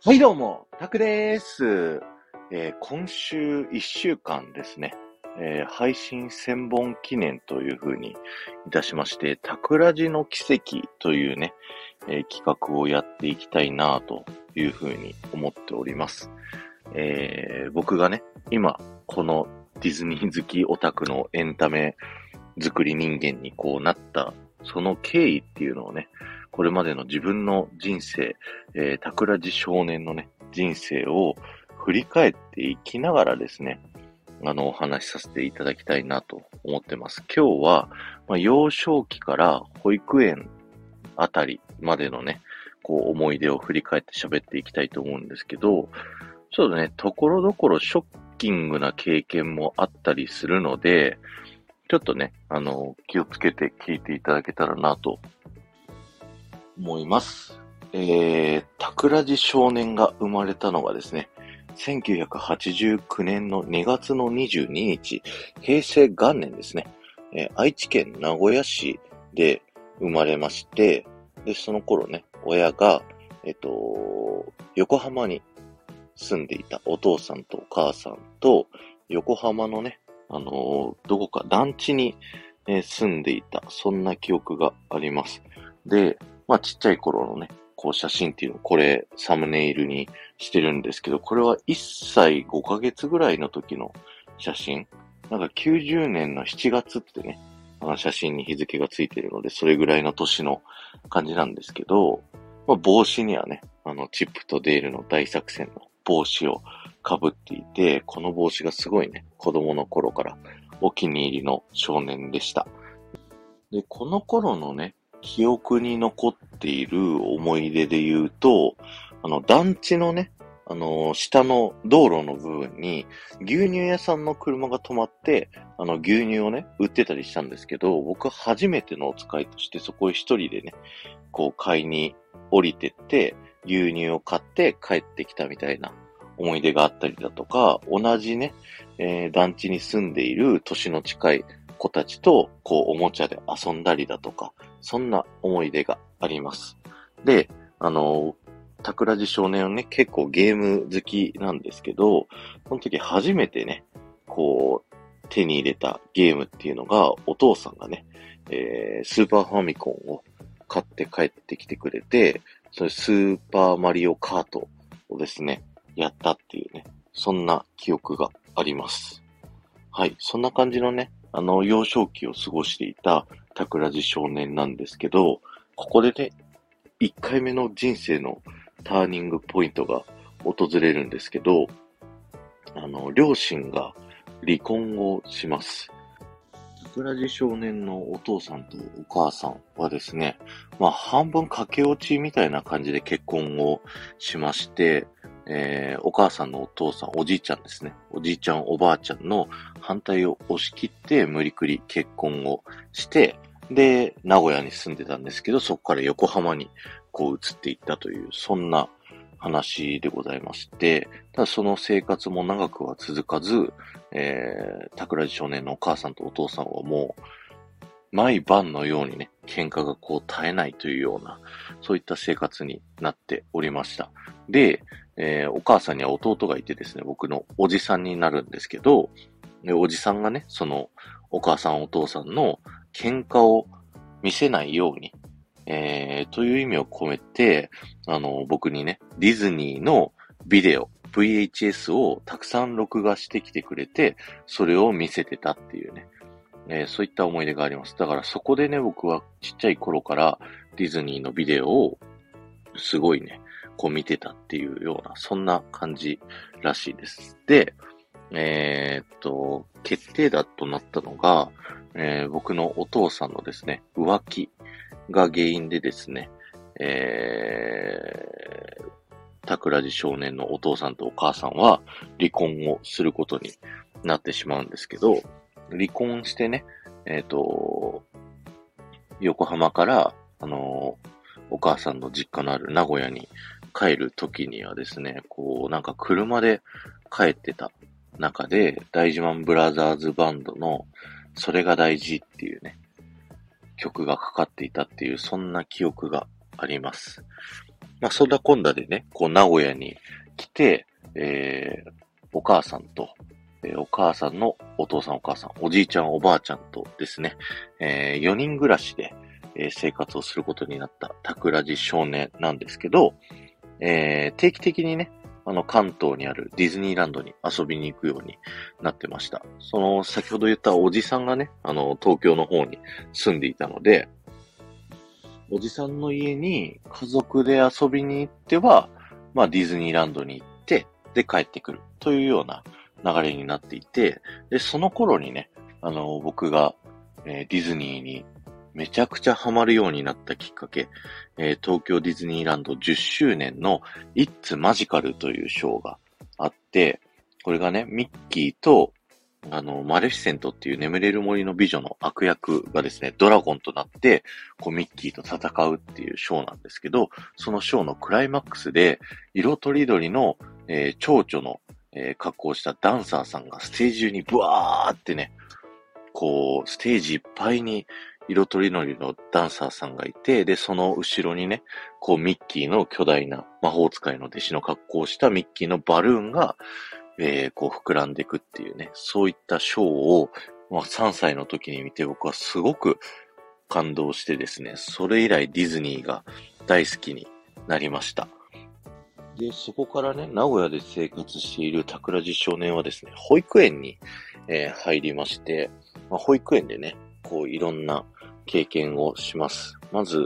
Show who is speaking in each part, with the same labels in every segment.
Speaker 1: はいどうも、タクです。今週1週間ですね、配信1000本記念という風にいたしまして、タクラジの奇跡というね、企画をやっていきたいなという風に思っております。僕がね、今、このディズニー好きオタクのエンタメ作り人間にこうなった、その経緯っていうのをね、これまでの自分の人生、タクラジ少年のね、人生を振り返っていきながらですね、お話しさせていただきたいなと思ってます。今日は、幼少期から保育園あたりまでのね、こう思い出を振り返って喋っていきたいと思うんですけど、ちょっとね、ところどころショッキングな経験もあったりするので、ちょっとね、気をつけて聞いていただけたらなと思います。タクラジ少年が生まれたのがですね、1989年の2月の22日、平成元年ですね、愛知県名古屋市で生まれまして、で、その頃ね、親が、横浜に住んでいたお父さんとお母さんと、横浜のね、どこか団地に、住んでいた、そんな記憶があります。で、ちっちゃい頃のね、こう写真っていうの、これサムネイルにしてるんですけど、これは1歳5ヶ月ぐらいの時の写真。なんか90年の7月ってね、写真に日付がついてるので、それぐらいの年の感じなんですけど、帽子にはね、チップとデールの大作戦の帽子をかぶっていて、この帽子がすごいね、子供の頃からお気に入りの少年でした。で、この頃のね、記憶に残っている思い出で言うと、団地のね、下の道路の部分に牛乳屋さんの車が止まって、牛乳をね、売ってたりしたんですけど、僕初めてのお使いとしてそこへ一人でね、こう買いに降りてって、牛乳を買って帰ってきたみたいな思い出があったりだとか、同じね、団地に住んでいる年の近い子たちと、こう、おもちゃで遊んだりだとか、そんな思い出があります。で、タクラジ少年はね、結構ゲーム好きなんですけど、その時初めてね、こう、手に入れたゲームっていうのが、お父さんがね、スーパーファミコンを買って帰ってきてくれて、それスーパーマリオカートをですね、やったっていうね、そんな記憶があります。はい、そんな感じのね、幼少期を過ごしていたタクラジ少年なんですけど、ここでね、1回目の人生のターニングポイントが訪れるんですけど、両親が離婚をします。タクラジ少年のお父さんとお母さんはですね、半分駆け落ちみたいな感じで結婚をしまして、お母さんのお父さん、おじいちゃんですね。おじいちゃん、おばあちゃんの反対を押し切って無理くり結婚をして、で、名古屋に住んでたんですけど、そこから横浜にこう移っていったという、そんな話でございまして、ただその生活も長くは続かず、タクラジ少年のお母さんとお父さんはもう、毎晩のようにね、喧嘩がこう絶えないというような、そういった生活になっておりました。で、お母さんには弟がいてですね、僕のおじさんになるんですけど、でおじさんがね、そのお母さんお父さんの喧嘩を見せないように、という意味を込めて、僕にね、ディズニーのビデオ、VHS をたくさん録画してきてくれて、それを見せてたっていうね、そういった思い出があります。だからそこでね、僕はちっちゃい頃からディズニーのビデオをすごいね、こう見てたっていうような、そんな感じらしいです。で、決定打となったのが、僕のお父さんのですね、浮気が原因でですね、タクラジ少年のお父さんとお母さんは離婚をすることになってしまうんですけど、離婚してね、横浜から、お母さんの実家のある名古屋に帰る時にはですね、こう、なんか車で帰ってた中で、大事マンブラザーズバンドのそれが大事っていうね、曲がかかっていたっていう、そんな記憶があります。 そんなこんなでね、こう名古屋に来て、お母さんと、お母さんのお父さんお母さん、おじいちゃんおばあちゃんとですね、4人暮らしで、生活をすることになったタクラジ少年なんですけど、定期的にね、関東にあるディズニーランドに遊びに行くようになってました。その、先ほど言ったおじさんがね、東京の方に住んでいたので、おじさんの家に家族で遊びに行っては、ディズニーランドに行って、で、帰ってくるというような流れになっていて、で、その頃にね、僕が、ディズニーにめちゃくちゃハマるようになったきっかけ、東京ディズニーランド10周年の It's Magical というショーがあって、これがね、ミッキーと、マレフィセントっていう眠れる森の美女の悪役がですね、ドラゴンとなって、こうミッキーと戦うっていうショーなんですけど、そのショーのクライマックスで、色とりどりの、蝶々の、格好をしたダンサーさんがステージ中にブワーってね、こう、ステージいっぱいに色とりどりのダンサーさんがいて、で、その後ろにね、こうミッキーの巨大な魔法使いの弟子の格好をしたミッキーのバルーンが、こう膨らんでいくっていうね、そういったショーを、3歳の時に見て僕はすごく感動してですね、それ以来ディズニーが大好きになりました。で、そこからね、名古屋で生活している桜地少年はですね、保育園に、入りまして、保育園でね、こういろんな経験をします。まず、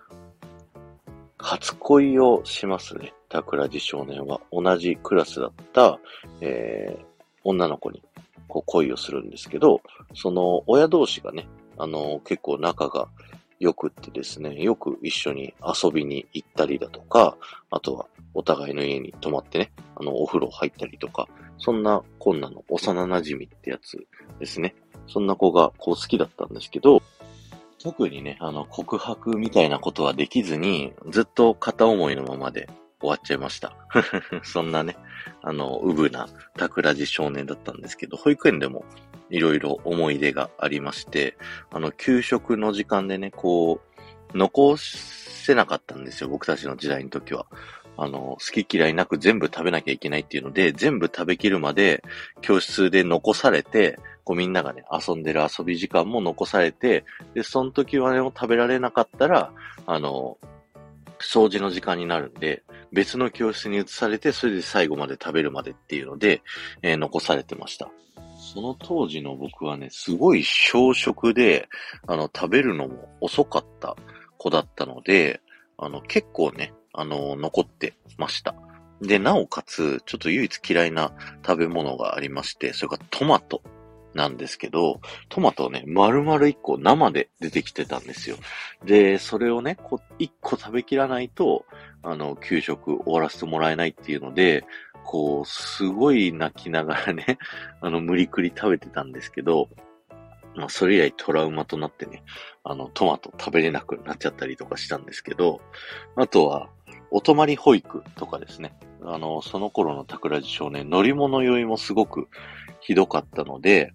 Speaker 1: 初恋をしますね。桜地少年は。同じクラスだった、女の子にこう恋をするんですけど、その親同士がね、結構仲が良くってですね、よく一緒に遊びに行ったりだとか、あとはお互いの家に泊まってね、お風呂入ったりとか、そんなこんなの幼馴染ってやつですね。そんな子がこう好きだったんですけど、特にね、告白みたいなことはできずに、ずっと片思いのままで終わっちゃいました。そんなね、うぶな桜地少年だったんですけど、保育園でもいろいろ思い出がありまして、給食の時間でね、こう、残せなかったんですよ、僕たちの時代の時は。好き嫌いなく全部食べなきゃいけないっていうので、全部食べきるまで教室で残されて、こうみんながね、遊んでる遊び時間も残されて、で、その時はね、食べられなかったら、掃除の時間になるんで、別の教室に移されて、それで最後まで食べるまでっていうので、残されてました。その当時の僕はね、すごい小食で、食べるのも遅かった子だったので、結構ね、残ってました。で、なおかつ、ちょっと唯一嫌いな食べ物がありまして、それがトマトなんですけど、トマトをね、丸々1個生で出てきてたんですよ。で、それをね、1個食べきらないと、給食終わらせてもらえないっていうので、こう、すごい泣きながらね、無理くり食べてたんですけど、それ以来トラウマとなってね、トマト食べれなくなっちゃったりとかしたんですけど、あとは、お泊まり保育とかですね。その頃の桜地少年、乗り物酔いもすごくひどかったので、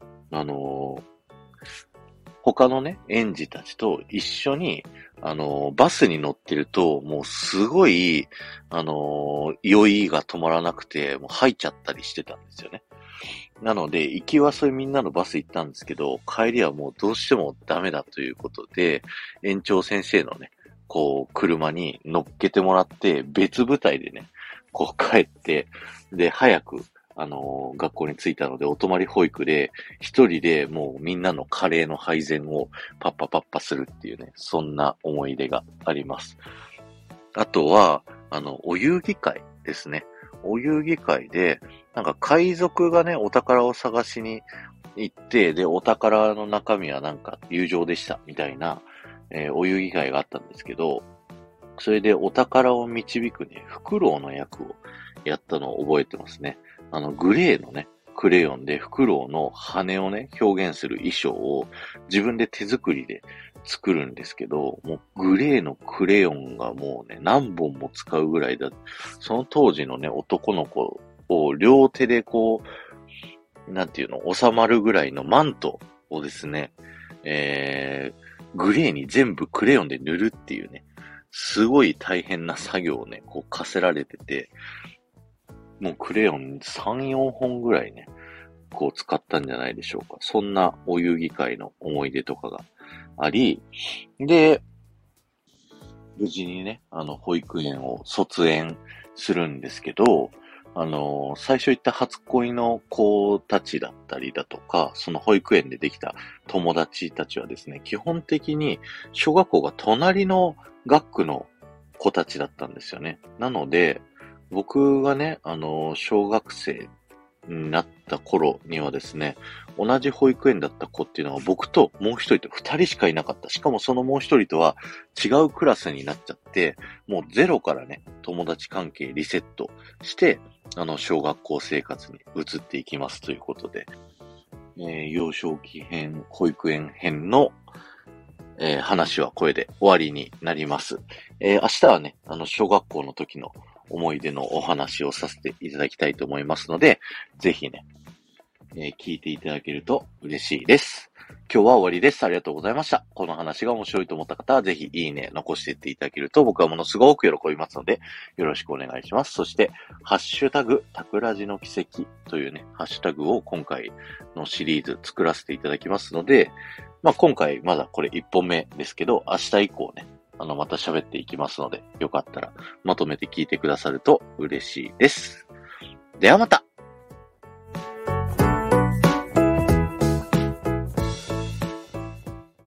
Speaker 1: 他のね、園児たちと一緒に、バスに乗ってると、もうすごい、酔いが止まらなくて、もう吐いちゃったりしてたんですよね。なので、行きはそういうみんなのバス行ったんですけど、帰りはもうどうしてもダメだということで、園長先生のね、こう、車に乗っけてもらって、別部隊でね、こう帰って、で、早く、学校に着いたので、お泊まり保育で、一人でもうみんなのカレーの配膳をパッパパッパするっていうね、そんな思い出があります。あとは、お遊戯会ですね。お遊戯会で、なんか海賊がね、お宝を探しに行って、で、お宝の中身はなんか友情でした、みたいな、お遊戯会があったんですけど、それでお宝を導くね、フクロウの役をやったのを覚えてますね。グレーのね、クレヨンでフクロウの羽をね、表現する衣装を自分で手作りで作るんですけど、もうグレーのクレヨンがもうね、何本も使うぐらいだ。その当時のね、男の子を両手でこう、なんていうの、収まるぐらいのマントをですね、グレーに全部クレヨンで塗るっていうね、 すごい大変な作業をね、こう課せられてて、もうクレヨン3、4本ぐらいね、こう使ったんじゃないでしょうか。そんなお遊戯会の思い出とかがあり、で、無事にね、保育園を卒園するんですけど、最初言った初恋の子たちだったりだとか、その保育園でできた友達たちはですね、基本的に小学校が隣の学区の子たちだったんですよね。なので、僕がね、小学生になった頃にはですね、同じ保育園だった子っていうのは僕ともう一人と二人しかいなかった。しかもそのもう一人とは違うクラスになっちゃって、もうゼロからね、友達関係リセットして、小学校生活に移っていきますということで、幼少期編、保育園編の、話はこれで終わりになります。明日はね、小学校の時の思い出のお話をさせていただきたいと思いますので、ぜひね、聞いていただけると嬉しいです。今日は終わりです。ありがとうございました。この話が面白いと思った方は、ぜひいいね、残していっていただけると僕はものすごく喜びますので、よろしくお願いします。そして、ハッシュタグ、タクラジの奇跡というね、ハッシュタグを今回のシリーズ作らせていただきますので、今回まだこれ1本目ですけど、明日以降ね、また喋っていきますので、よかったらまとめて聞いてくださると嬉しいです。ではまた